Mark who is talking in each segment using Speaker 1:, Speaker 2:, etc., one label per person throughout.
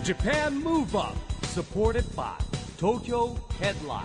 Speaker 1: Japan Move Up supported by Tokyo Headline。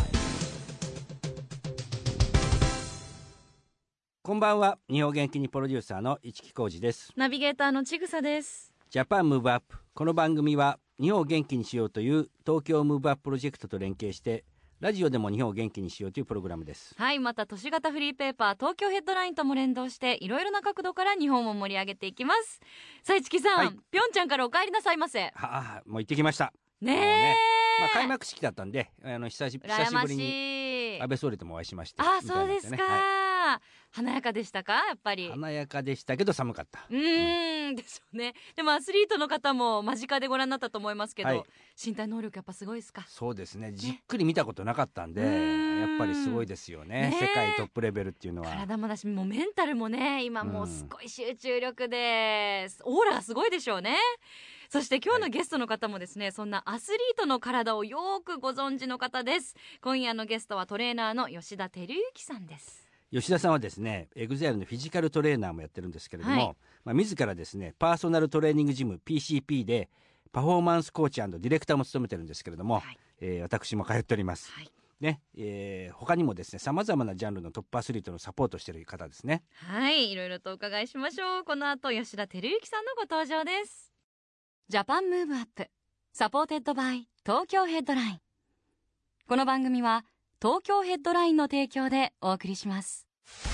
Speaker 2: こんばんは。日本元気にプロデューサーの市木浩司です。
Speaker 3: ナビゲーターのちぐさです。
Speaker 2: ジャパンムーブアップ。この番組は日本を元気にしようという東京ムーブアッププロジェクトと連携してラジオでも日本を元気にしようというプログラムです。
Speaker 3: はい、また都市型フリーペーパー東京ヘッドラインとも連動していろいろな角度から日本を盛り上げていきます。さあ市木さん、
Speaker 2: はい、
Speaker 3: ぴょんちゃんからお帰りなさいませ。
Speaker 2: もう行ってきました
Speaker 3: ねえ、
Speaker 2: 開幕式だったんで久しぶりに安倍総理ともお会いしまして。
Speaker 3: そうですか、
Speaker 2: はい、
Speaker 3: 華やかでしたか？やっぱり
Speaker 2: 華やかでしたけど寒かった。
Speaker 3: でしょうね。でもアスリートの方も間近でご覧になったと思いますけど、はい、身体能力やっぱすごいですか？
Speaker 2: そうですね、じっくり見たことなかったんでやっぱりすごいですよ ね。世界トップレベルっていうのは
Speaker 3: 体もだし、もうメンタルもね、今もうすごい集中力で、オーラがすごいでしょうね。そして今日のゲストの方もですね、そんなアスリートの体をよくご存知の方です。今夜のゲストはトレーナーの吉田照之さんです。
Speaker 2: 吉田さんはですね、EXILE のフィジカルトレーナーもやってるんですけれども、自らですね、パーソナルトレーニングジム PCP でパフォーマンスコーチ&ディレクターも務めてるんですけれども、私も通っております。ね、他にもですね、様々なジャンルのトップアスリートのサポートしている方ですね。
Speaker 3: はい、いろいろとお伺いしましょう。この後吉田照之さんのご登場です。ジャパンムーブアップサポーテッドバイ東京ヘッドライン。この番組は東京ヘッドラインの提供でお送りします。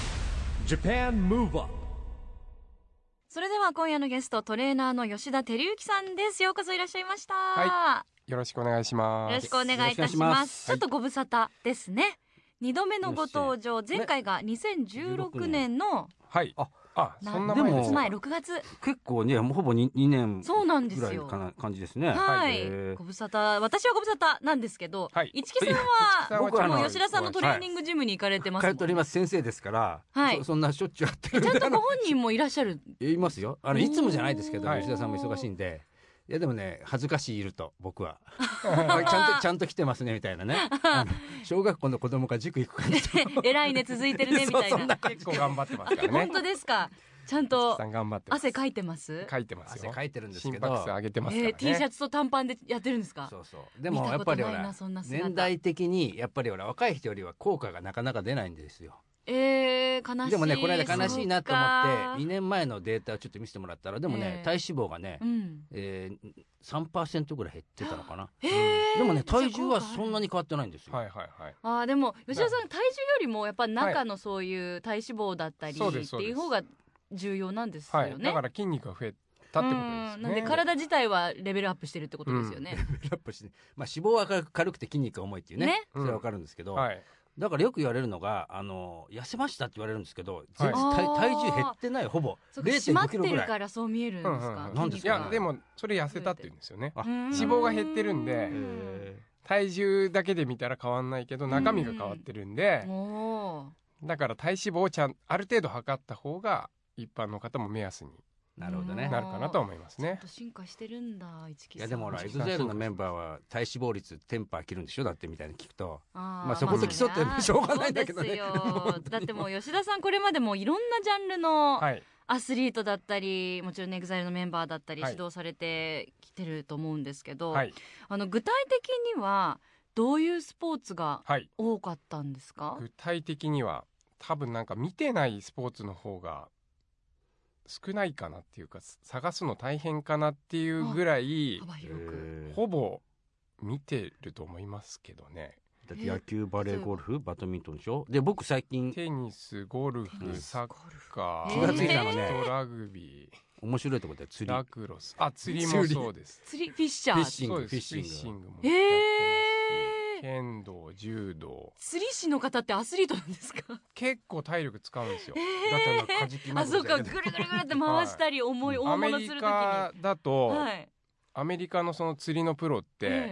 Speaker 1: Japan Move Up。
Speaker 3: それでは今夜のゲストトレーナーの吉田照之さんです。ようこそいらっしゃいました。
Speaker 4: はい、よろしくお願いします。
Speaker 3: よろしくお願いいたします。ちょっとご無沙汰ですね。2度目のご登場、前回が2016年の
Speaker 4: そんな前です
Speaker 3: 前6月。
Speaker 2: 結構ね、もうほぼ 2年
Speaker 3: そうなんです
Speaker 2: ぐらい
Speaker 3: よ
Speaker 2: かな感じですね。
Speaker 3: はい、ご無沙汰。私はご無沙汰なんですけど、市木さんは僕は吉田さんのトレーニングジムに行かれてますもんね。
Speaker 2: 通っております。先生ですから、そんなしょっちゅうやってる。
Speaker 3: ちゃんとご本人もいらっしゃる？
Speaker 2: いますよ。いつもじゃないですけど、吉田さんも忙しいんで。いやでもね、恥ずかしいいると僕はちゃんと来てますねみたいなね。小学校の子供が塾行く感じ
Speaker 3: 偉いね、続いてるねみたいな。
Speaker 4: 結構頑張ってますからね。
Speaker 3: 本当ですか？ちゃんと汗かいてます？
Speaker 4: かいてますよ。
Speaker 2: 汗かいてるんですけど、
Speaker 4: 心拍数上げてますからね。
Speaker 3: T シャツと短パンでやってるんですか？
Speaker 2: そうそう。でもやっぱりほら年代的にやっぱりほら若い人よりは効果がなかなか出ないんですよ。
Speaker 3: 悲しい。
Speaker 2: でもね、この間悲しいなと思って2年前のデータをちょっと見せてもらったら、でもね、体脂肪がね、3% ぐらい減ってたのかな。でもね、体重はそんなに変わってないんですよ。
Speaker 3: でも吉田さん、体重よりもやっぱ中のそういう体脂肪だったりっていう方が重要なんですよね。
Speaker 4: だから筋肉が増えたってことですね。
Speaker 3: なんで体自体はレベルアップしてるってことですよね。
Speaker 2: レベルアップして、脂肪は軽くて筋肉が重いっていうね、それはわかるんですけど、だからよく言われるのが痩せましたって言われるんですけど、全然体重減ってない。ほぼ 0.5 キロぐらい。
Speaker 3: 締まってるからそう見えるんですか？
Speaker 2: なんですか？
Speaker 4: いやでもそれ痩せたって言うんですよね。脂肪が減ってるんで体重だけで見たら変わんないけど中身が変わってるんで、だから体脂肪をある程度測った方が一般の方も目安になるかなと思いますね。
Speaker 3: ちょっと進化してるんだ、市木さん。
Speaker 2: いやでもほら EXILE のメンバーは体脂肪率テンパー切るんでしょ、だってみたいに聞くと、そこと競ってもしょうがないんだけどね。
Speaker 3: だってもう吉田さんこれまでもいろんなジャンルのアスリートだったり、もちろん EXILE のメンバーだったり指導されてきてると思うんですけど、具体的にはどういうスポーツが多かったんですか？
Speaker 4: 具体的には多分なんか見てないスポーツの方が少ないかなっていうか、探すの大変かなっていうぐらいほぼ見てると思いますけどね。
Speaker 2: だって野球、バレー、ゴルフ、バドミントンでしょ。で僕最近
Speaker 4: テニス、ゴルフ、サッカー、
Speaker 2: 気がついたのね、
Speaker 4: ラグビー、
Speaker 2: 面白いところで釣り、
Speaker 4: ラクロス、釣りもそうです。
Speaker 3: 釣り、フィッシャー、
Speaker 2: フィッシングもやってますし、
Speaker 4: 剣道、柔道。
Speaker 3: 釣り師の方ってアスリートなんですか？
Speaker 4: 結構体力使うんですよ。
Speaker 2: だってカジキマグロ
Speaker 3: そうか、ぐるぐるぐるって回したり重い大物するときに。
Speaker 4: アメリカだと、アメリカのその釣りのプロって、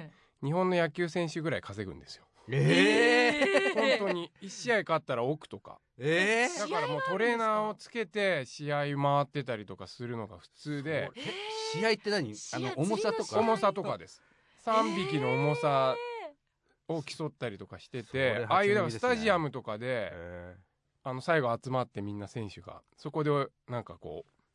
Speaker 4: 日本の野球選手ぐらい稼ぐんですよ。本当に1試合勝ったら億とか。だからもうトレーナーをつけて試合回ってたりとかするのが普通で。
Speaker 2: 試合って何？重さとか？
Speaker 4: 重さとかです。3匹の重さを競ったりとかしてて、ああいうだからスタジアムとかで最後集まってみんな選手がそこでなんかこう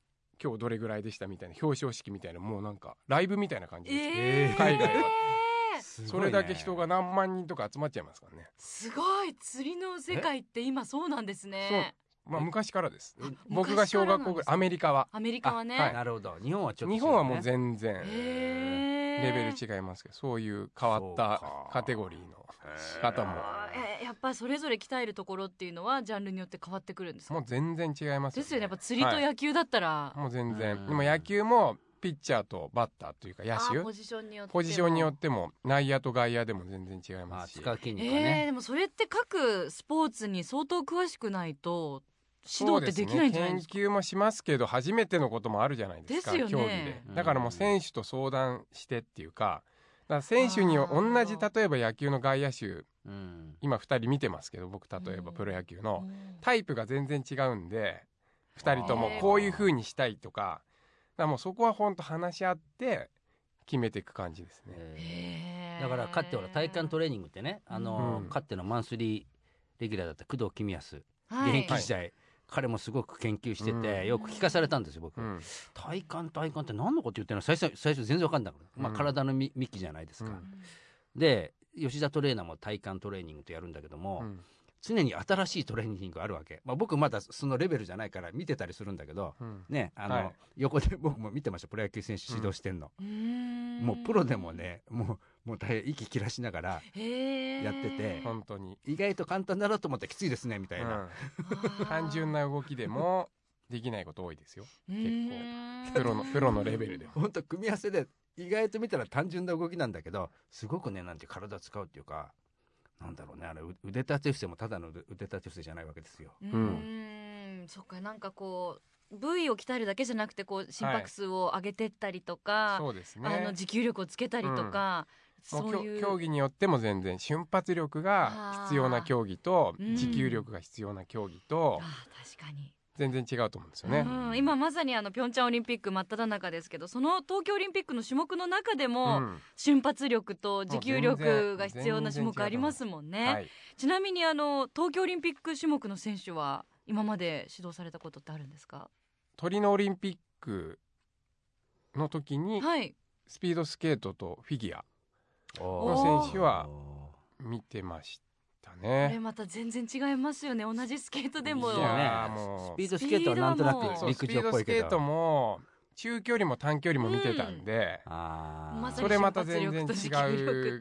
Speaker 4: 今日どれぐらいでしたみたいな表彰式みたいな、もうなんかライブみたいな感じです、海外は。それだけ人が何万人とか集まっちゃいますからね。
Speaker 3: すごい、釣りの世界って今そうなんですね。
Speaker 4: まあ昔からです。僕が小学校ぐらい、アメリカは
Speaker 3: ね、
Speaker 4: はい、
Speaker 2: なるほど。日本はちょっと違うね。
Speaker 4: 日本はもう全然レベル違いますけど、そういう変わったカテゴリーの方も
Speaker 3: やっぱそれぞれ鍛えるところっていうのはジャンルによって変わってくるんですか？
Speaker 4: もう全然違いますよね。
Speaker 3: ですよね。やっぱ釣りと野球だったら、
Speaker 4: はい、もう全然。でも野球もピッチャーとバッターというか野手、
Speaker 3: ポジションによっても
Speaker 4: 内野と外野でも全然違いますし、
Speaker 2: 使う筋肉がね、
Speaker 3: でもそれって各スポーツに相当詳しくないと指導ってできないんじゃないですか？
Speaker 4: 研究もしますけど初めてのこともあるじゃないですか、
Speaker 3: ですよね、
Speaker 4: 競技で。だからもう選手と相談してっていうか、だから選手に同じ、例えば野球の外野手、今2人見てますけど、僕例えばプロ野球のタイプが全然違うんで、2人ともこういう風にしたいとか、だからもうそこは本当話し合って決めていく感じですね。
Speaker 2: だからかってほら体幹トレーニングってね、かってのマンスリーレギュラーだった工藤公康、現役時代、彼もすごく研究してて、よく聞かされたんですよ僕、体幹って何のこと言ってるの、最初全然分かんなくて、体の幹じゃないですか、で吉田トレーナーも体幹トレーニングとやるんだけども、常に新しいトレーニングがあるわけ、僕まだそのレベルじゃないから見てたりするんだけど、ね、横で僕も見てました、プロ野球選手指導してんの、もうプロでもね、もう大変息切らしながらやってて、
Speaker 4: 本当に
Speaker 2: 意外と簡単だなと思ってきついですねみたいな、
Speaker 4: 単純な動きでもできないこと多いですよ、結構プロのレベルで
Speaker 2: 本当組み合わせで意外と見たら単純な動きなんだけど、すごくね、なんて体使うっていうか、なんだろうね、あれ腕立て伏せもただの腕立て伏せじゃないわけですよ。
Speaker 3: そっか、なんかこう部位を鍛えるだけじゃなくて、こう心拍数を上げてったりとか、
Speaker 4: そうですね、
Speaker 3: 持久力をつけたりとか、そういう
Speaker 4: 競技によっても全然瞬発力が必要な競技と持久力が必要な競技と、
Speaker 3: 確かに
Speaker 4: 全然違うと思うんですよね。
Speaker 3: 今まさにピョンチャンオリンピック真っ只中ですけど、その東京オリンピックの種目の中でも、瞬発力と持久力が必要な種目ありますもんね。ちなみに東京オリンピック種目の選手は今まで指導されたことってあるんですか？
Speaker 4: トリノオリンピックの時に、スピードスケートとフィギュアの選手は見てましたね。
Speaker 3: これまた全然違いますよね、同じスケートでも。
Speaker 2: もうスピードスケートはなんとなく陸上っぽいけど、
Speaker 4: スピードスケートも中距離も短距離も見てたんで、それまた全然違う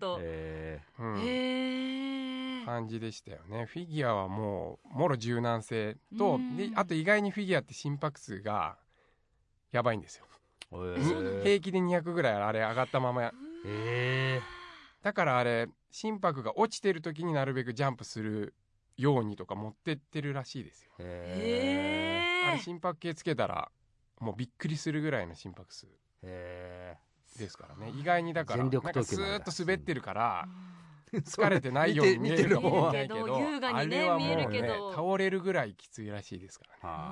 Speaker 4: 感じでしたよね。フィギュアはもうもろ柔軟性と、であと意外にフィギュアって心拍数がやばいんですよ。平気で200ぐらいあれ上がったままだからあれ心拍が落ちてる時になるべくジャンプするようにとか持ってってるらしいですよ。あれ心拍計つけたらもうびっくりするぐらいの心拍数ですからね。意外にだからなんかスーッと滑ってるから疲れてないように見えるかもしれないけど、あれはもうね倒れるぐらいきついらしいですからね。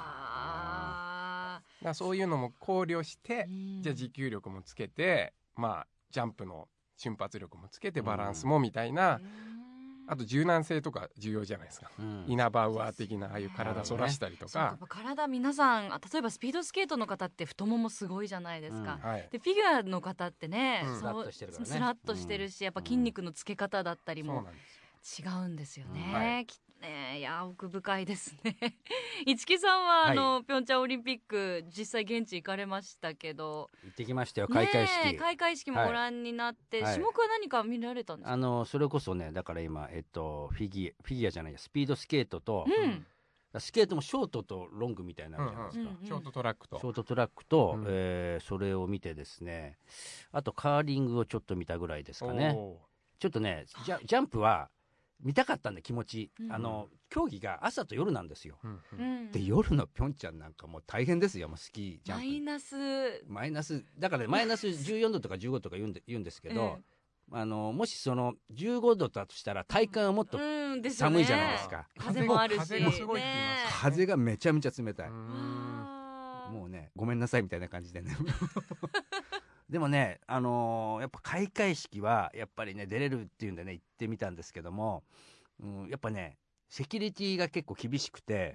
Speaker 4: だからそういうのも考慮して、じゃあ持久力もつけて、ジャンプの瞬発力もつけてバランスもみたいな、あと柔軟性とか重要じゃないですか、イナバウアー的なああいう体反らしたりとか、
Speaker 3: 体皆さん、例えばスピードスケートの方って太ももすごいじゃないですか、でフィギュアの方ってね、スラッとしてるし、やっぱ筋肉のつけ方だったりも違うんですよね。いや奥深いですね市木さんはピョンチャンオリンピック実際現地行かれましたけど。
Speaker 2: 行ってきましたよ、開会式。
Speaker 3: 開会式もご覧になって、種目は何か見られたんですか？
Speaker 2: それこそね、だから今、フィギュアじゃないや、スピードスケートと、スケートもショートとロングみたいなのじゃないですか、
Speaker 4: ショートトラック
Speaker 2: と、それを見てですね、あとカーリングをちょっと見たぐらいですかね。ちょっとねジャンプは見たかったんで気持ち、競技が朝と夜なんですよ、で夜のピョンチャンなんかもう大変ですよ、もうスキージャンプマイナスだから、マイナス14度とか15度とか言うんですけど、もしその15度だとしたら体感はもっと寒いじゃないですか、
Speaker 3: 風もあるし、
Speaker 4: 風もすごいって言います、
Speaker 2: 風がめちゃめちゃ冷たい、もうねごめんなさいみたいな感じでねでもね、やっぱ開会式はやっぱりね出れるっていうんでね行ってみたんですけども、やっぱねセキュリティが結構厳しくて、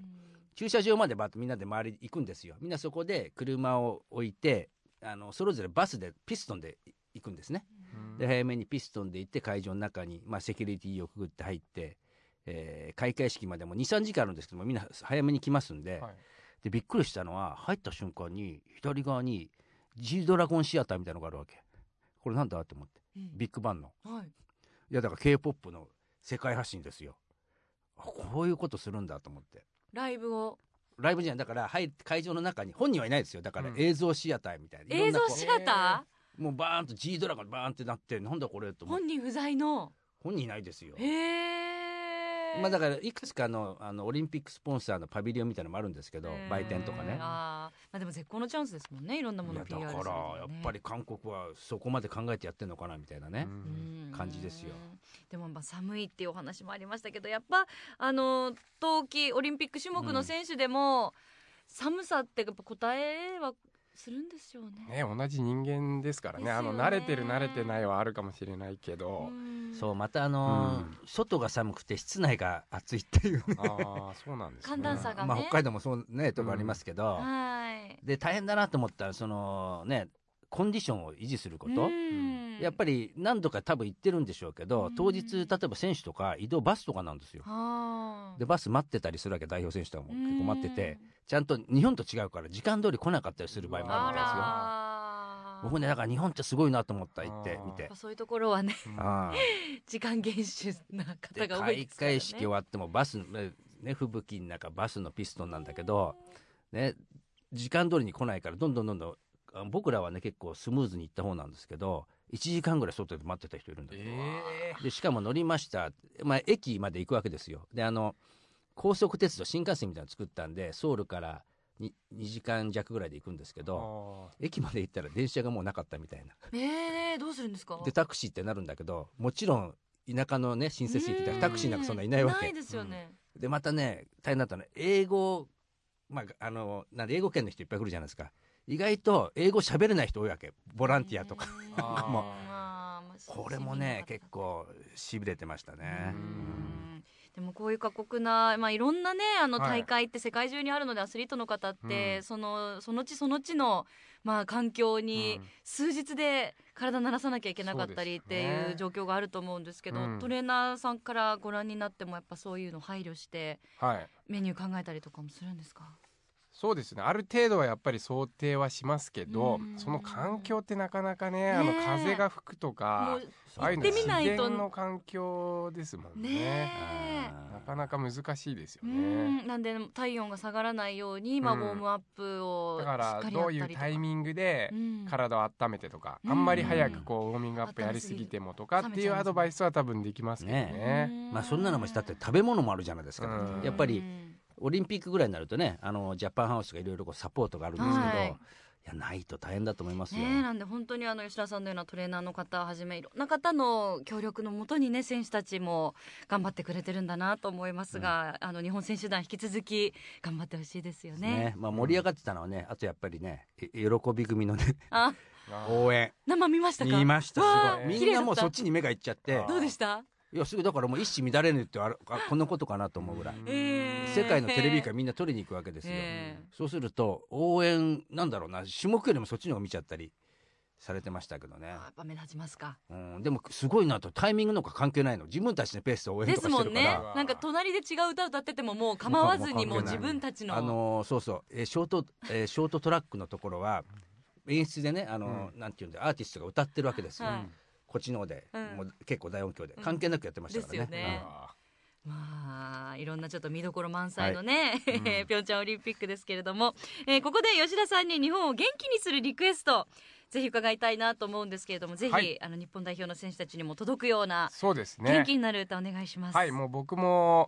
Speaker 2: 駐車場までバッとみんなで周り行くんですよ。みんなそこで車を置いてそれぞれバスでピストンで行くんですね。で早めにピストンで行って会場の中に、セキュリティをくぐって入って、開会式までも 2,3 時間あるんですけども、みんな早めに来ますんで、でびっくりしたのは入った瞬間に左側に G ドラゴンシアターみたいなのがあるわけ。これなんだと思って、ビッグバンの、いやだから K-POP の世界発信ですよ。こういうことするんだと思って。ライブじゃない、だから会場の中に本人はいないですよ。だから映像シアターみたいな、
Speaker 3: 映像シアタ
Speaker 2: ー、もうバーンと G ドラゴンバーンってなって、なんだこれと思って。
Speaker 3: 本人不在の。
Speaker 2: 本人いないですよ。だからいくつかのオリンピックスポンサーのパビリオンみたいなのもあるんですけど、売店とかね。
Speaker 3: でも絶好のチャンスですもんね、いろんなものを PR する、
Speaker 2: だからやっぱり韓国はそこまで考えてやってんのかなみたいなね、感じですよ。でも
Speaker 3: 寒いっていうお話もありましたけど、やっぱ冬季オリンピック種目の選手でも、寒さってやっぱ答えはするんですよね。
Speaker 4: 同じ人間ですからね。慣れてる慣れてないはあるかもしれないけど、
Speaker 2: そうまた外が寒くて室内が暑いっていう、ね、
Speaker 4: そうなんですね。
Speaker 3: 寒暖差がね、
Speaker 2: 北海道もそうねとこありますけど、で大変だなと思ったらコンディションを維持すること、やっぱり何度か多分言ってるんでしょうけど、当日例えば選手とか移動バスとかなんですよ。でバス待ってたりするわけ、代表選手とかも結構待ってて、ちゃんと日本と違うから時間通り来なかったりする場合もあるみたいですよ。僕ねだから日本ってすごいなと思った、行ってみて。
Speaker 3: そういうところはね時間厳守な方が多いですからね。
Speaker 2: 開会式終わってもバスね、吹雪の中バスのピストンなんだけどね、時間通りに来ないからどんどん僕らはね結構スムーズに行った方なんですけど、1時間ぐらい外で待ってた人いるんだけど、でしかも乗りました、駅まで行くわけですよ。で高速鉄道新幹線みたいなの作ったんで、ソウルから2時間弱ぐらいで行くんですけど、駅まで行ったら電車がもうなかったみたいな。
Speaker 3: どうするんですか。
Speaker 2: でタクシーってなるんだけど、もちろん田舎のね親切に来たらタクシーなんかそんないないわけ。
Speaker 3: ないですよね。
Speaker 2: でまたね大変だったの英語、英語圏の人いっぱい来るじゃないですか。意外と英語喋れない人多いわけ、ボランティアとかこれもね結構しびれてましたね。
Speaker 3: でもこういう過酷な、いろんなね大会って世界中にあるので、アスリートの方って、その地その地の、環境に数日で体慣らさなきゃいけなかったりっていう状況があると思うんですけど、トレーナーさんからご覧になってもやっぱそういうの配慮してメニュー考えたりとかもするんですか。
Speaker 4: そうですね、ある程度はやっぱり想定はしますけど、その環境ってなかなかね、風が吹くとかああいうの自然の環境ですもんね。なかなか難しいですよね。
Speaker 3: なんで体温が下がらないように、ウォームアップをしっかりやったりとか、
Speaker 4: だからどういうタイミングで体を温めてとか、あんまり早くウォーミングアップやりすぎてもとかっていうアドバイスは多分できますけどね。
Speaker 2: そんなのもだって食べ物もあるじゃないですか。やっぱりオリンピックぐらいになるとね、ジャパンハウスがいろいろサポートがあるんですけど、いやないと大変だと思いますよ。
Speaker 3: なんで本当に吉田さんのようなトレーナーの方をはじめいろんな方の協力のもとにね、選手たちも頑張ってくれてるんだなと思いますが、日本選手団引き続き頑張ってほしいですよね。
Speaker 2: 盛り上がってたのはね、あとやっぱりね喜び組のね応援
Speaker 3: 生見ましたか。
Speaker 2: 見ました。すごいみんなもうそっちに目がいっちゃって。
Speaker 3: どうでした。
Speaker 2: いやすぐだからもう一糸乱れぬってこんなことかなと思うぐらい、世界のテレビからみんな取りに行くわけですよ。そうすると応援なんだろうな、種目よりもそっちの方が見ちゃったりされてましたけどね。
Speaker 3: やっぱ目立ちますか。
Speaker 2: でもすごいなと、タイミングのか関係ないの、自分たちのペースで応援とかしてるから
Speaker 3: ですもんね。なんか隣で違う歌歌っててももう構わずに、もう自分たちの
Speaker 2: そうそう、ショートトラックのところは演出でねなんていうんだ、アーティストが歌ってるわけですよ、こっちの方で、もう結構大音響で関係なくやってましたからね。
Speaker 3: ですよね。いろんなちょっと見どころ満載のね、ピョンチャンオリンピックですけれども、ここで吉田さんに日本を元気にするリクエストぜひ伺いたいなと思うんですけれども、ぜひ、日本代表の選手たちにも届くような、そうですね、元気になる歌お願いします。
Speaker 4: もう僕も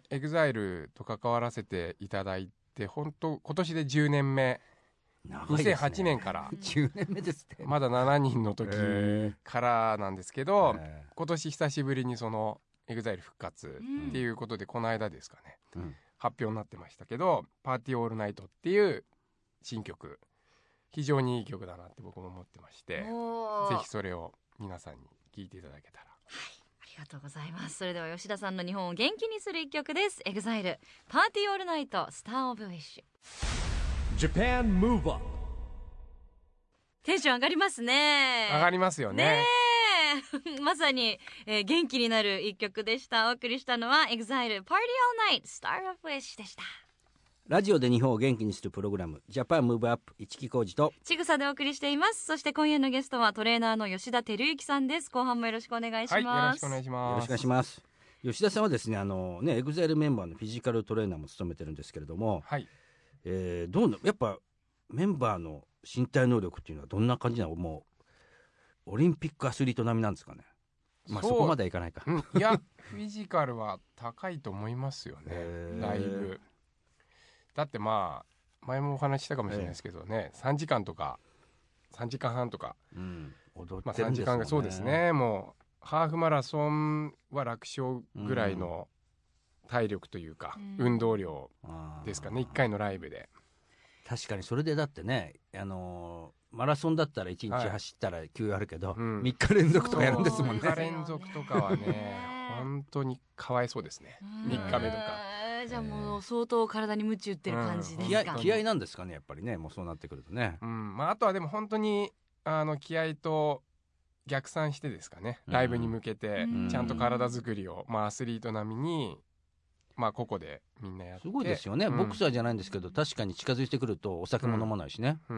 Speaker 4: EXILE と関わらせていただいて本当今年で10年目、2008年から
Speaker 2: 10年目ですね。
Speaker 4: まだ7人の時からなんですけど、今年久しぶりにその EXILE 復活っていうことで、この間ですかね、発表になってましたけど、パーティーオールナイトっていう新曲、非常にいい曲だなって僕も思ってまして、ぜひそれを皆さんに聴いていただけたら。
Speaker 3: ありりがとうございます。それでは吉田さんの日本を元気にする一曲です。EXILE パーティーオールナイトスターオブウィッシュ。
Speaker 1: Japan Move Up。
Speaker 3: テンション上がりますね。
Speaker 4: 上がりますよね。
Speaker 3: まさに、元気になる一曲でした。お送りしたのは EXILE パーティーオールナイトスターオブウィッシュでした。
Speaker 2: ラジオで日本を元気にするプログラムジャパンムーブアップ、市木浩二と
Speaker 3: ちぐさでお送りしています。そして今夜のゲストはトレーナーの吉田照之さんです。後半もよろしくお願いします。
Speaker 4: はい、よろしくお願いします。
Speaker 2: よろしくお願いします。吉田さんはですねEXILE メンバーのフィジカルトレーナーも務めてるんですけれども、
Speaker 4: はい、
Speaker 2: どうやっぱメンバーの身体能力っていうのはどんな感じなの？もうオリンピックアスリート並みなんですかね。まあ、そこまではいかないか、
Speaker 4: いやフィジカルは高いと思いますよね。だいぶ。だってまあ前もお話ししたかもしれないですけどね、3時間とか3時間半とか、
Speaker 2: 踊
Speaker 4: ってるんですもんね。3時間がそうですね。もうハーフマラソンは楽勝ぐらいの体力というか、運動量ですかね、1回のライブで。
Speaker 2: 確かにそれでだってね、マラソンだったら1日走ったら休養あるけど、3日連続とかやるんですもんね。
Speaker 4: 3日連続とかはね本当にかわいそうですね。3日目とか。
Speaker 3: じゃあもう相当体に鞭打ってる感じですか。
Speaker 2: 気合なんですかね、やっぱりね。もうそうなってくるとね、
Speaker 4: まあ、あとはでも本当に気合と逆算してですかね、ライブに向けてちゃんと体作りを、アスリート並みに個々でみんなやって。
Speaker 2: すごいですよね、ボクサーじゃないんですけど確かに近づいてくるとお酒も飲まないしね。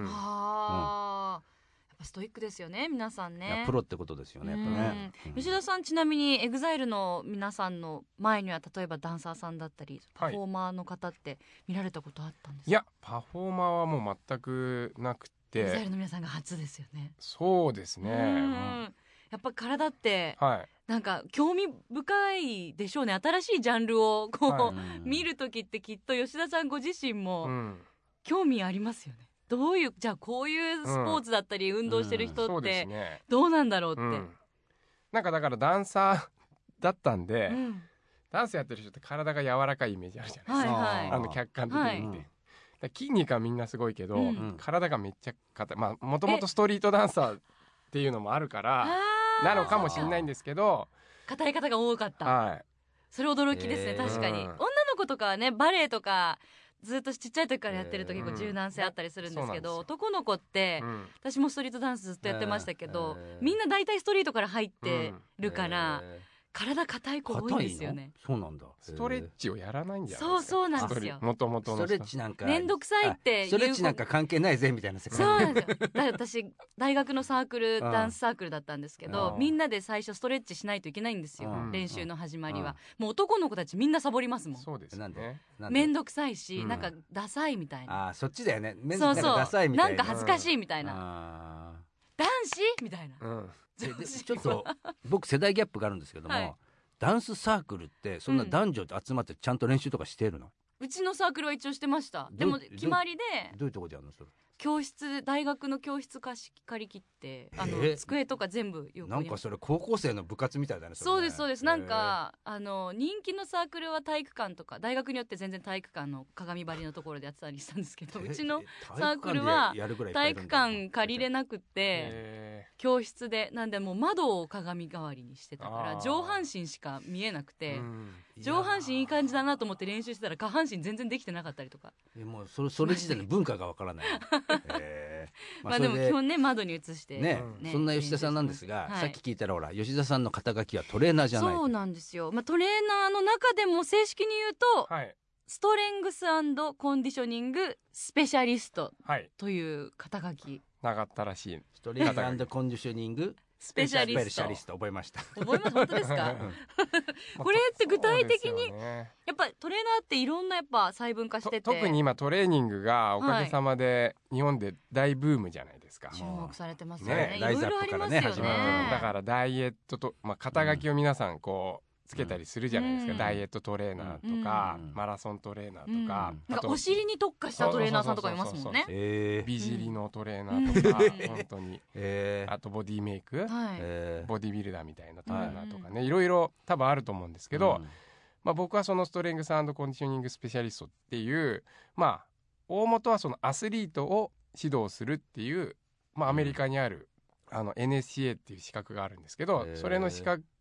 Speaker 3: ストイックですよね皆さんね。
Speaker 2: プロってことですよねやっぱね。
Speaker 3: 吉田さんちなみに EXILE の皆さんの前には例えばダンサーさんだったりパフォーマーの方って見られたことあったんですか？
Speaker 4: いやパフォーマーはもう全くなくて。
Speaker 3: EXILE の皆さんが初ですよね。
Speaker 4: そうですね。
Speaker 3: やっぱ体ってなんか興味深いでしょうね。新しいジャンルをこう、見るときってきっと吉田さんご自身も興味ありますよね。どういうじゃあこういうスポーツだったり運動してる人ってどうなんだろうって、
Speaker 4: なんかだからダンサーだったんで、ダンスやってる人って体が柔らかいイメージあるじゃないですか、客観的に見て、筋肉はみんなすごいけど、体がめっちゃ硬い。もともとストリートダンサーっていうのもあるからなのかもしれないんですけど、
Speaker 3: 硬い方が多かった、それ驚きですね。確かに、女の子とかはねバレエとかずっとちっちゃい時からやってると結構柔軟性あったりするんですけど、男の子って、私もストリートダンスずっとやってましたけど、みんな大体ストリートから入ってるから、体硬い子多いですよね。
Speaker 2: そうなんだ。
Speaker 4: ストレッチをやらないんじゃないですか。
Speaker 3: そうなんですよ。
Speaker 4: もともとの
Speaker 2: ストレッチなんか
Speaker 3: めんどくさいって
Speaker 2: ストレッチなんか関係ないぜみたいな世界。
Speaker 3: そうなんですよ。私大学のサークルダンスサークルだったんですけど、みんなで最初ストレッチしないといけないんですよ、練習の始まりは。もう男の子たちみんなサボりますもん。
Speaker 4: そうですね。
Speaker 3: めんどくさいし、なんかダサいみたいな。
Speaker 2: そっちだよね。
Speaker 3: そうそう、
Speaker 2: ダサいみたいな、
Speaker 3: なんか恥ずかしいみたいな、男子みたいな。
Speaker 2: ちょっと僕世代ギャップがあるんですけども、ダンスサークルってそんな男女集まってちゃんと練習とかしてるの？
Speaker 3: うちのサークルは一応してました。でも決まりで
Speaker 2: どういうとこでやるのそれ？
Speaker 3: 教室、大学の教室借り切って机とか全部横に。
Speaker 2: なんかそれ高校生の部活みたいだね。
Speaker 3: そうですそうです。なんか人気のサークルは体育館とか大学によって全然体育館の鏡張りのところでやってたりしたんですけど、うちのサークルは体育館借りれなくて教室で、なんでもう窓を鏡代わりにしてたから上半身しか見えなくて、上半身いい感じだなと思って練習してたら下半身全然できてなかったりとか。
Speaker 2: もうそれ自体の文化がわからない。
Speaker 3: でも基本ね窓に映して
Speaker 2: ね、そんな吉田さんなんですが、さっき聞いたらほら吉田さんの肩書きはトレーナーじゃない。
Speaker 3: そうなんですよ。トレーナーの中でも正式に言うと、ストレングス&コンディショニングスペシャリストという肩書き。
Speaker 4: なかったらしい。
Speaker 2: ストレングス&コンディショニングスペシャリスト覚えました。
Speaker 3: 覚えます？本当ですか？これって具体的にやっぱトレーナーっていろんなやっぱ細分化してて、
Speaker 4: 特に今トレーニングがおかげさまで日本で大ブームじゃないですか。
Speaker 3: 注目されてますよね。いろいろありますよね。
Speaker 4: だからダイエットと肩書きを皆さんこうつけたりするじゃないですか、ダイエットトレーナーとか、マラソントレーナーとか、
Speaker 3: なんかお尻に特化したトレーナーさんとかいますもんね。
Speaker 4: 美尻のトレーナーとか、本当に、あとボディメイク、ボディビルダーみたいなトレーナーとかね、いろいろ多分あると思うんですけど、僕はそのストレングス&コンディショニングスペシャリストっていう大元はそのアスリートを指導するっていう、アメリカにあるNSCA っていう資格があるんですけど、それの資格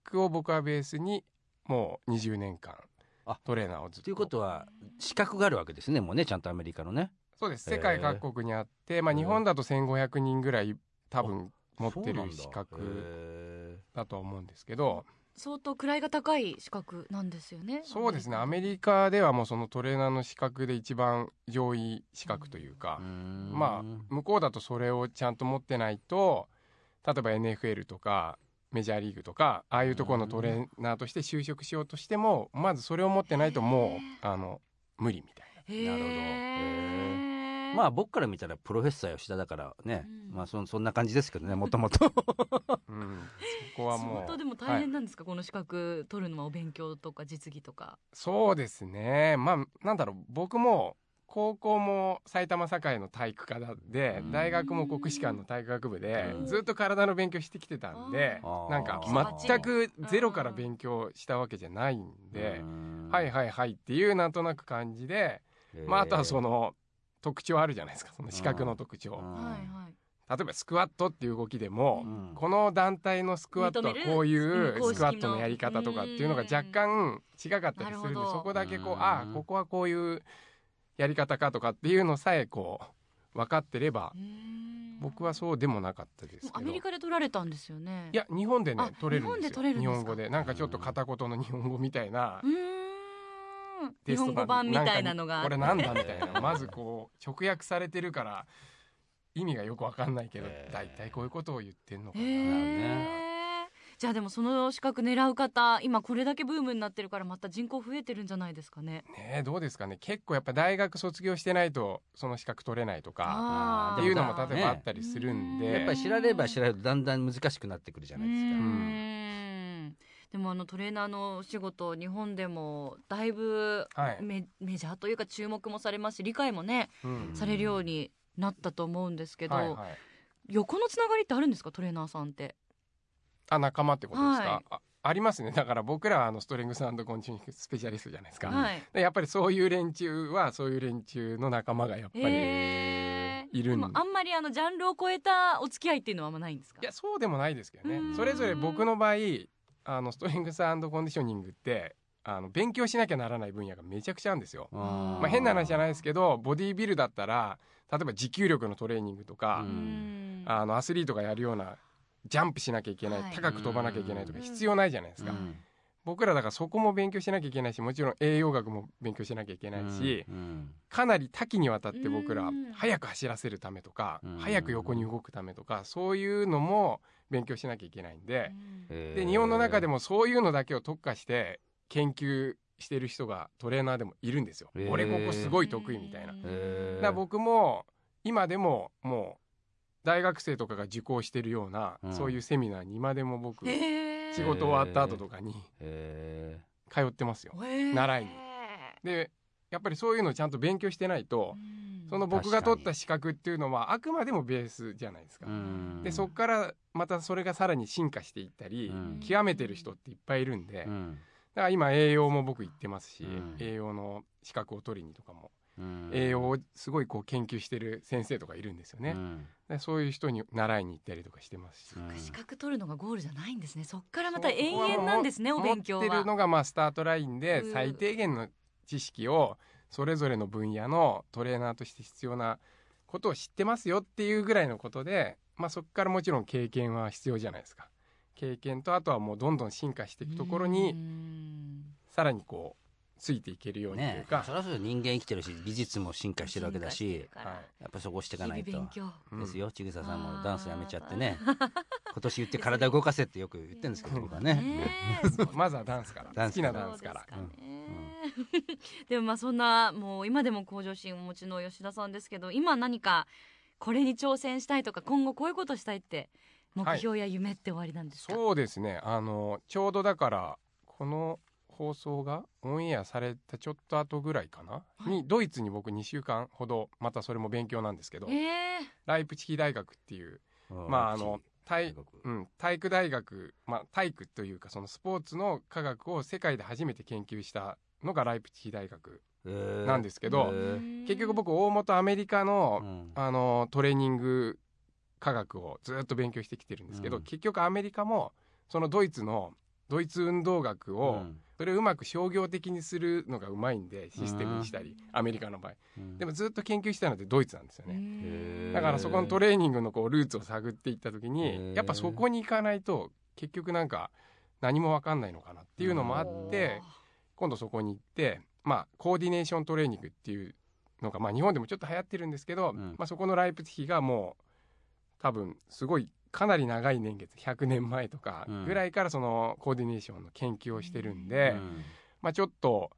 Speaker 4: クを僕はベースにもう20年間トレーナーをずっと。
Speaker 2: ということは資格があるわけですね、もうね、ちゃんとアメリカのね。
Speaker 4: そうです。世界各国にあって、日本だと1500人ぐらい多分持ってる資格だと思うんですけど、
Speaker 3: 相当位が高い資格なんですよね。
Speaker 4: そうですね。アメリカではもうそのトレーナーの資格で一番上位資格というか、向こうだとそれをちゃんと持ってないと、例えば NFL とかメジャーリーグとかああいうところのトレーナーとして就職しようとしても、まずそれを持ってないともう無理みたいな。
Speaker 2: なるほど。まあ僕から見たらプロフェッサー吉田だからね、そんな感じですけどね、もともと。そ
Speaker 4: こはもう
Speaker 3: 相当でも大変なんですか、この資格取るのは。お勉強とか実技とか。
Speaker 4: そうですね。なんだろう、僕も高校も埼玉栄の体育科で、大学も国士舘の体育学部で、ずっと体の勉強してきてたんで、なんか全くゼロから勉強したわけじゃないんで、はいはいはいっていうなんとなく感じで、あとはその特徴あるじゃないですか、その資格の特徴。例えばスクワットっていう動きでも、この団体のスクワットはこういうスクワットのやり方とかっていうのが若干違かったりするんで、そこだけここはこういうやり方かとかっていうのさえこう分かってれば、僕はそうでもなかったですけど。
Speaker 3: アメリカで取られたんですよね。
Speaker 4: いや、日本でね取れるんですよ。
Speaker 3: 日
Speaker 4: 本語でなんかちょっと片言の日本語みたいな
Speaker 3: 日本語版みたいなのが
Speaker 4: これなんだみたいな、まずこう直訳されてるから意味がよく分かんないけど、大体こういうことを言ってんのかなね。
Speaker 3: じゃあでもその資格狙う方、今これだけブームになってるから、また人口増えてるんじゃないですかね。
Speaker 4: どうですかね。結構やっぱ大学卒業してないとその資格取れないとかっていうのも例えばあったりするんで、
Speaker 2: やっぱり知られば知られるとだんだん難しくなってくるじゃないですか。
Speaker 3: でもトレーナーの仕事、日本でもだいぶメジャーというか注目もされますし、理解もね、されるようになったと思うんですけど、横のつながりってあるんですか、トレーナーさんって。
Speaker 4: 仲間ってことですか。ありますね。だから僕らはストレングス&コンディショニングスペシャリストじゃないですか、やっぱりそういう連中はそういう連中の仲間がやっぱりいるんで。
Speaker 3: あんまりジャンルを超えたお付き合いっていうのはあんまないんですか。
Speaker 4: いや、そうでもないですけどね。それぞれ僕の場合ストレングス&コンディショニングって勉強しなきゃならない分野がめちゃくちゃあるんですよ。変な話じゃないですけど、ボディービルだったら例えば持久力のトレーニングとか、アスリートがやるようなジャンプしなきゃいけない、高く飛ばなきゃいけないとか必要ないじゃないですか。僕らだからそこも勉強しなきゃいけないし、もちろん栄養学も勉強しなきゃいけないし、かなり多岐にわたって僕ら早く走らせるためとか、早く横に動くためとか、そういうのも勉強しなきゃいけないんで、で日本の中でもそういうのだけを特化して研究してる人がトレーナーでもいるんですよ。俺ここすごい得意みたいな。だから僕も今でももう大学生とかが受講してるような、そういうセミナーに今でも僕、仕事終わった後とかに通ってますよ、習いに。でやっぱりそういうのをちゃんと勉強してないと、その僕が取った資格っていうのはあくまでもベースじゃないですか。でそこからまたそれがさらに進化していったり、極めてる人っていっぱいいるんで、だから今栄養も僕行ってますし、栄養の資格を取りにとかも、栄養をすごいこう研究してる先生とかいるんですよね。でそういう人に習いに行ったりとかしてますし、
Speaker 3: 資格取るのがゴールじゃないんですね。そっからまた永遠なんですね、お勉強は。
Speaker 4: 持ってるのがスタートラインで、最低限の知識をそれぞれの分野のトレーナーとして必要なことを知ってますよっていうぐらいのことで、そこからもちろん経験は必要じゃないですか。経験とあとはもうどんどん進化していくところにさらにこうついていけるようにというか、
Speaker 2: それはそう、人間生きてるし技術も進化してるわけだし、やっぱそこしていかないとですよ。ちぐささんもダンスやめちゃってね、今年言って体動かせってよく言ってるんですけど、僕はね
Speaker 4: まずはダンスから、好きなダンスから。
Speaker 3: でもそんなもう今でも向上心をお持ちの吉田さんですけど、今何かこれに挑戦したいとか、今後こういうことしたいって目標や夢って終わりなんですか。
Speaker 4: そうですね、ちょうどだからこの放送がオンエアされたちょっと後ぐらいかな、にドイツに僕2週間ほど、またそれも勉強なんですけど、ライプチヒ大学っていう体育大学、体育というかそのスポーツの科学を世界で初めて研究したのがライプチヒ大学なんですけど、結局僕大元アメリカの、トレーニング科学をずっと勉強してきてるんですけど、結局アメリカもそのドイツのドイツ運動学を、それをうまく商業的にするのがうまいんでシステムにしたり、アメリカの場合、でもずっと研究したのってドイツなんですよね。だからそこのトレーニングのこうルーツを探っていった時に、やっぱそこに行かないと結局なんか何も分かんないのかなっていうのもあって、今度そこに行って、コーディネーショントレーニングっていうのが、日本でもちょっと流行ってるんですけど、そこのライプツィヒがもう多分すごいかなり長い年月、100年前とかぐらいからそのコーディネーションの研究をしてるんで、ちょっと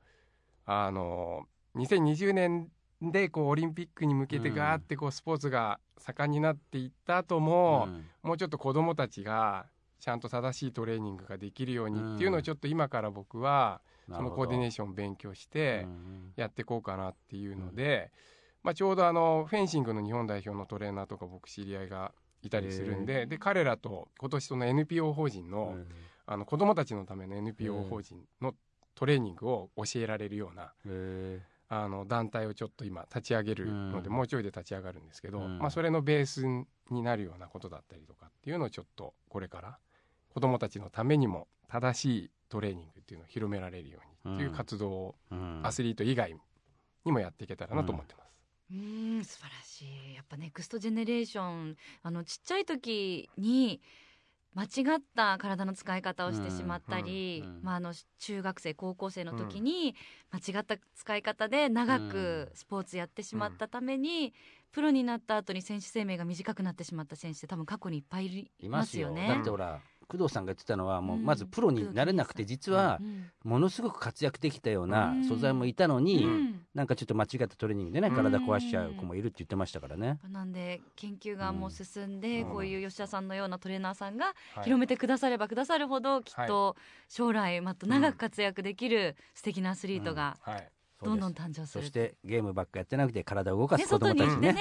Speaker 4: 2020年でこうオリンピックに向けてガーってこうスポーツが盛んになっていった後も、もうちょっと子どもたちがちゃんと正しいトレーニングができるようにっていうのをちょっと今から僕はそのコーディネーションを勉強してやっていこうかなっていうので、ちょうどフェンシングの日本代表のトレーナーとか僕知り合いがいたりするんで、彼らと今年その NPO 法人の子どもたちのための NPO 法人のトレーニングを教えられるような団体をちょっと今立ち上げるので、もうちょいで立ち上がるんですけど、それのベースになるようなことだったりとかっていうのをちょっとこれから子どもたちのためにも正しいトレーニングっていうのを広められるようにっていう活動をアスリート以外にもやっていけたらなと思ってます。
Speaker 3: 素晴らしい。やっぱネクストジェネレーション、ちっちゃい時に間違った体の使い方をしてしまったり、中学生高校生の時に間違った使い方で長くスポーツやってしまったために、プロになった後に選手生命が短くなってしまった選手って多分過去にいっぱいいますよね。
Speaker 2: だってほら工藤さんが言ってたのはもうまずプロになれなくて、実はものすごく活躍できたような素材もいたのに、なんかちょっと間違ったトレーニングでね体壊しちゃう子もいるって言ってましたからね。
Speaker 3: なんで研究がもう進んで、こういう吉田さんのようなトレーナーさんが広めてくださればくださるほど、きっと将来また長く活躍できる素敵なアスリートがどんどん誕生する。
Speaker 2: そしてゲームばっかやってなくて体を動かす子どもたちね。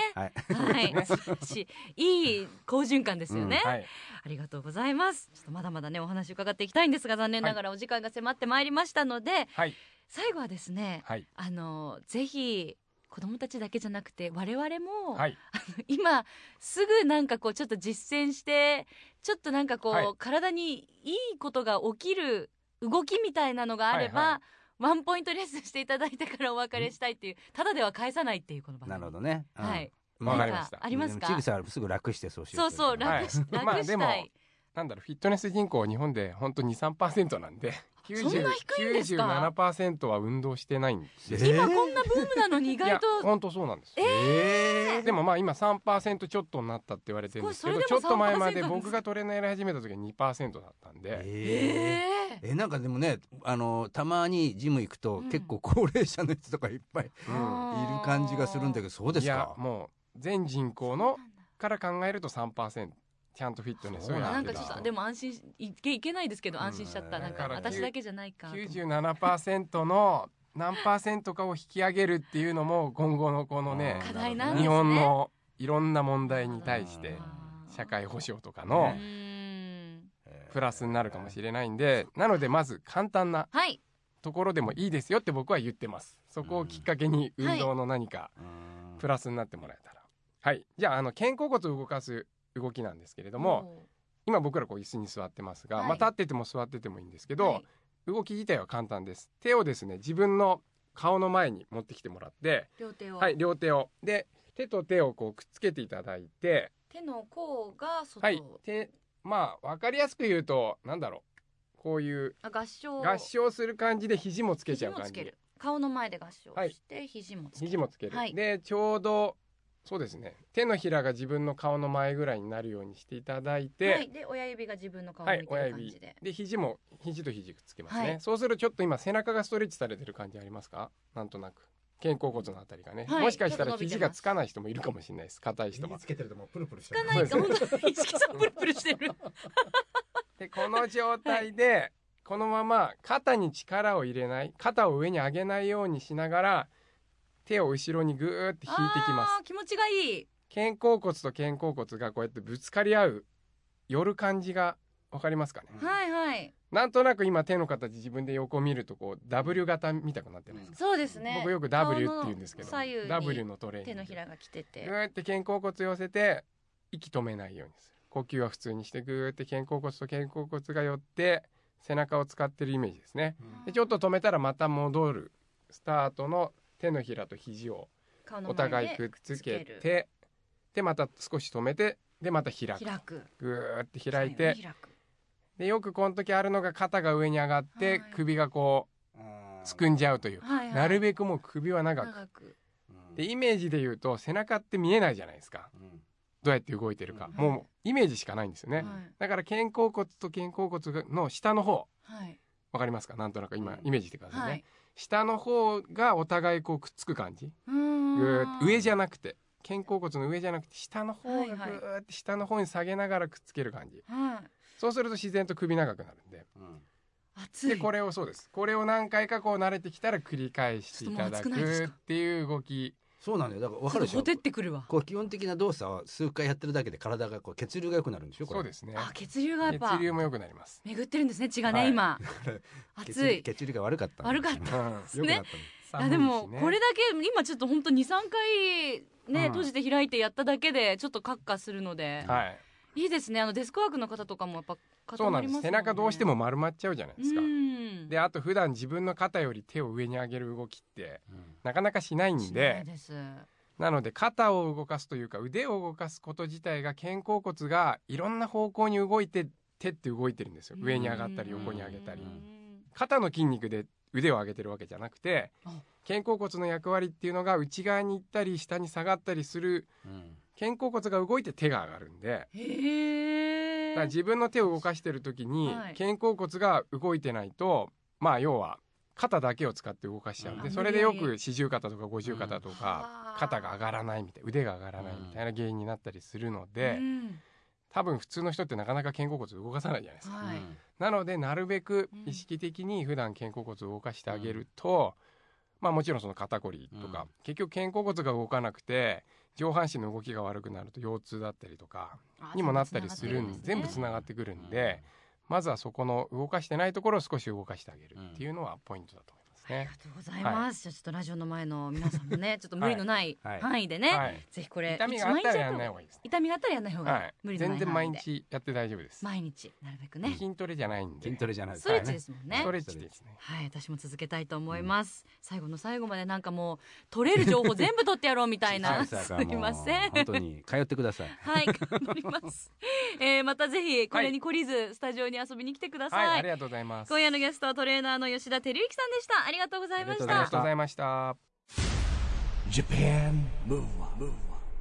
Speaker 3: いい好循環ですよね。ありがとうございます。ちょっとまだまだねお話伺っていきたいんですが、残念ながらお時間が迫ってまいりましたので、最後はですね、ぜひ子どもたちだけじゃなくて我々も、今すぐなんかこうちょっと実践して、ちょっとなんかこう、体にいいことが起きる動きみたいなのがあれば、ワンポイントレッスンしていただいてからお別れしたいっていう、ただでは返さないっていうこの番組。
Speaker 2: なるほどね。
Speaker 4: わかりました。
Speaker 3: ありますか？
Speaker 2: ちぐさはすぐ楽してそうしよう。
Speaker 3: そう楽したい。
Speaker 4: フィットネス人口日本で本当に 2-3% なんで、
Speaker 3: そんな低いんですか
Speaker 4: ？97% は運動してないんです。
Speaker 3: 今こんなブームなのに意外と。
Speaker 4: 本当そうなんです。でも今 3% ちょっとになったって言われてるんですけど、ちょっと前まで僕がトレーナーやり始めた時は 2% だったんで。
Speaker 2: なんかでもね、たまにジム行くと、結構高齢者の人とかいっぱいいる感じがするんだけど、そうですか？いや
Speaker 4: もう全人口のから考えると 3%。ちゃんフィットネスをやってる。
Speaker 3: なんかちょっとでも安心いけないですけど、安心しちゃった。なんか私だけじゃないか。
Speaker 4: 97% の何%かを引き上げるっていうのも今後のこのね、
Speaker 3: 課題なんですね。
Speaker 4: 日本のいろんな問題に対して社会保障とかのプラスになるかもしれないんで、なのでまず簡単なところでもいいですよって僕は言ってます。そこをきっかけに運動の何かプラスになってもらえたら。じゃあ肩甲骨を動かす動きなんですけれども、今僕らこう椅子に座ってますが、立ってても座っててもいいんですけど、動き自体は簡単です。手をですね、自分の顔の前に持ってきてもらって、両手をで手と手をこうくっつけていただいて、
Speaker 3: 手の甲が外、
Speaker 4: 分かりやすく言うとこういう合掌する感じで肘もつけちゃう感じ。
Speaker 3: 顔の前で合掌して、肘も
Speaker 4: つける、でちょうどそうですね、手のひらが自分の顔の前ぐらいになるようにしていただいて、
Speaker 3: で親指が自分の顔を見てる感じで、
Speaker 4: で肘と肘くっつけますね。そうするとちょっと今背中がストレッチされてる感じありますか？なんとなく肩甲骨のあたりがね、もしかしたら肘がつかない人もいるかもしれないです。硬い人は
Speaker 2: つけてるともうプルプルして
Speaker 3: る。つかないと本当に一木さんプルプルしてる。
Speaker 4: でこの状態で、このまま肩に力を入れない、肩を上に上げないようにしながら手を後ろにぐーって引いてきます。
Speaker 3: 気持ちがいい。
Speaker 4: 肩甲骨と肩甲骨がこうやってぶつかり合う寄る感じが分かりますかね？なんとなく今手の形自分で横見るとこう W 型見たくなってます。
Speaker 3: そうですね。
Speaker 4: 僕よく W って言うんですけど、
Speaker 3: W
Speaker 4: のトレーニング、
Speaker 3: 手のひらが来てて
Speaker 4: ぐーって肩甲骨寄せて息止めないようにする。呼吸は普通にしてぐーって肩甲骨と肩甲骨が寄って背中を使ってるイメージですね。でちょっと止めたらまた戻る。スタートの手のひらと肘をお互いくっつけて、でまた少し止めて、でまた開く。ぐーって開いて、でよくこの時あるのが肩が上に上がって、首がこうすくんじゃうという、なるべくもう首は長く。でイメージで言うと背中って見えないじゃないですか。どうやって動いてるか、もうイメージしかないんですよね。だから肩甲骨と肩甲骨の下の方、わかりますか？なんとなく今イメージしてくださいね。下の方がお互いこうくっつく感じ。上じゃなくて、肩甲骨の上じゃなくて下の方がぐーって下の方に下げながらくっつける感じ。そうすると自然と首長くなるんで。でこれをそうです。これを何回かこう慣れてきたら繰り返していただくっていう動き。
Speaker 2: そうなんだよ。だから分かるでしょ。
Speaker 3: ほてってくるわ。
Speaker 2: こう基本的な動作を数回やってるだけで体がこう血流が良くなるんでしょ。
Speaker 4: そうですね。
Speaker 3: 血流がやっぱ
Speaker 4: 血流も良くなります。
Speaker 3: 巡ってるんですね。血がね、今熱い。
Speaker 2: 血流が悪かった
Speaker 3: ですね。いやでもこれだけ今ちょっと本当 2,3 回ね閉じて開いてやっただけでちょっとカッカするので、いいですね。デスクワークの方とかもやっぱ
Speaker 4: そうなんです。背中どうしても丸まっちゃうじゃないですか。であと普段自分の肩より手を上に上げる動きってなかなかしないんで、なので肩を動かすというか腕を動かすこと自体が肩甲骨がいろんな方向に動いて手って動いてるんですよ。上に上がったり横に上げたり。肩の筋肉で腕を上げてるわけじゃなくて、肩甲骨の役割っていうのが内側に行ったり下に下がったりする、肩甲骨が動いて手が上がるんで、だから自分の手を動かしてる時に肩甲骨が動いてないと、まあ要は肩だけを使って動かしちゃうんで、それでよく四十肩とか五十肩とか肩が上がらないみたいな、腕が上がらないみたいな原因になったりするので、多分普通の人ってなかなか肩甲骨動かさないじゃないですか。なのでなるべく意識的に普段肩甲骨を動かしてあげると、まあもちろんその肩こりとか、結局肩甲骨が動かなくて上半身の動きが悪くなると腰痛だったりとかにもなったりするんで、全部つながってくるんで、まずはそこの動かしてないところを少し動かしてあげるっていうのはポイントだと思います。あ
Speaker 3: りがとうございます。じゃあちょっとラジオの前の皆さんもね、ちょっと無理のない範囲でね、ぜひこれ
Speaker 4: 痛みがあったらやんない方がいいです。
Speaker 3: 痛みがあったらやんない方が無理のない範囲で。
Speaker 4: 全然毎日やって大丈夫です。
Speaker 3: 毎日なるべくね。
Speaker 4: 筋トレじゃないんで。
Speaker 2: 筋トレじゃない。
Speaker 3: ストレッチですもんね。
Speaker 4: ストレッチですね。
Speaker 3: はい、私も続けたいと思います。最後の最後までなんかもう取れる情報全部取ってやろうみたいな。すみません。
Speaker 2: 本当に通ってください。
Speaker 3: はい、頑張ります。またぜひこれに懲りずスタジオに遊びに来てください。
Speaker 4: ありがとうございます。
Speaker 3: 今夜のゲストはトレーナーの吉田照之さんでした。ありがとうございました。
Speaker 4: ありがとうございました。
Speaker 1: Japan Move Up。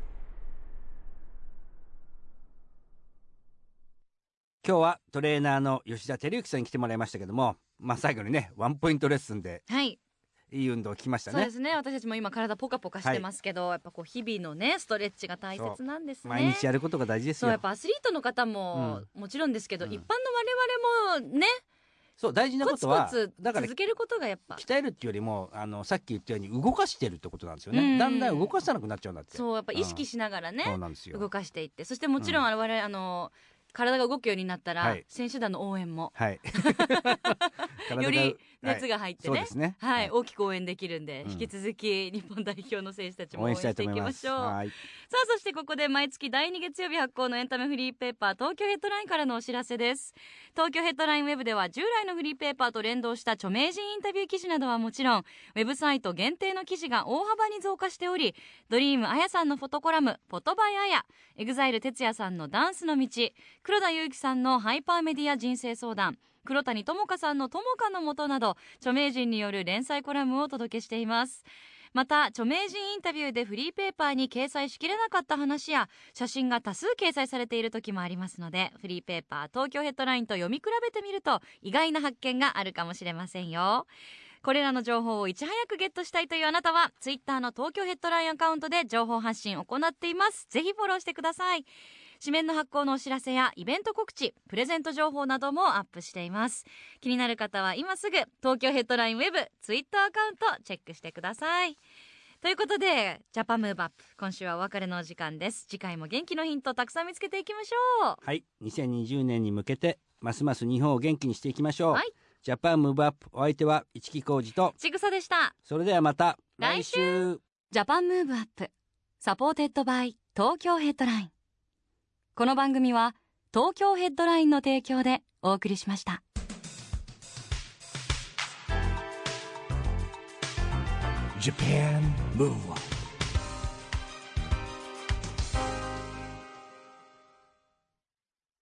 Speaker 2: 今日はトレーナーの吉田照之さんに来てもらいましたけども、まあ最後にねワンポイントレッスンでいい運動を聞きましたね。
Speaker 3: そうですね。私たちも今体ポカポカしてますけど、やっぱこう日々のねストレッチが大切なんですね。
Speaker 2: 毎日やることが大事ですよ。
Speaker 3: そうやっぱアスリートの方ももちろんですけど、一般の我々もね。そう
Speaker 2: 大事なことは
Speaker 3: コツコツ続けることがやっぱ
Speaker 2: 鍛えるっていうよりもさっき言ったように動かしてるってことなんですよね。だんだん動かさなくなっちゃうんだって。
Speaker 3: そうやっぱ意識しながらね、
Speaker 2: そうなんですよ。
Speaker 3: 動かしていって、そしてもちろん我々体が動くようになったら、選手団の応援も、より熱が入ってね、大きく応援できるんで、引き続き日本代表の選手たちも応援していきましょう。さあそしてここで毎月第2月曜日発行のエンタメフリーペーパー東京ヘッドラインからのお知らせです。東京ヘッドラインウェブでは従来のフリーペーパーと連動した著名人インタビュー記事などはもちろん、ウェブサイト限定の記事が大幅に増加しており、ドリームあやさんのフォトコラムフォトバイあや、エグザイル哲也さんのダンスの道、黒田祐樹さんのハイパーメディア人生相談、黒谷友香さんの友香の元など著名人による連載コラムをお届けしています。また著名人インタビューでフリーペーパーに掲載しきれなかった話や写真が多数掲載されている時もありますので、フリーペーパー東京ヘッドラインと読み比べてみると意外な発見があるかもしれませんよ。これらの情報をいち早くゲットしたいというあなたはツイッターの東京ヘッドラインアカウントで情報発信を行っています。ぜひフォローしてください。紙面の発行のお知らせやイベント告知、プレゼント情報などもアップしています。気になる方は今すぐ東京ヘッドラインウェブツイッターアカウントチェックしてください。ということでジャパンムーブアップ、今週はお別れのお時間です。次回も元気のヒントたくさん見つけていきましょう。
Speaker 2: はい、2020年に向けてますます日本を元気にしていきましょう。ジャパンムーブアップ、お相手は市木浩二と
Speaker 3: ちぐさでした。
Speaker 2: それではまた来週。
Speaker 3: ジャパンムーブアップサポーテッドバイ東京ヘッドライン。この番組は東京ヘッドラインの提供でお送りしました。
Speaker 1: Japan Move Up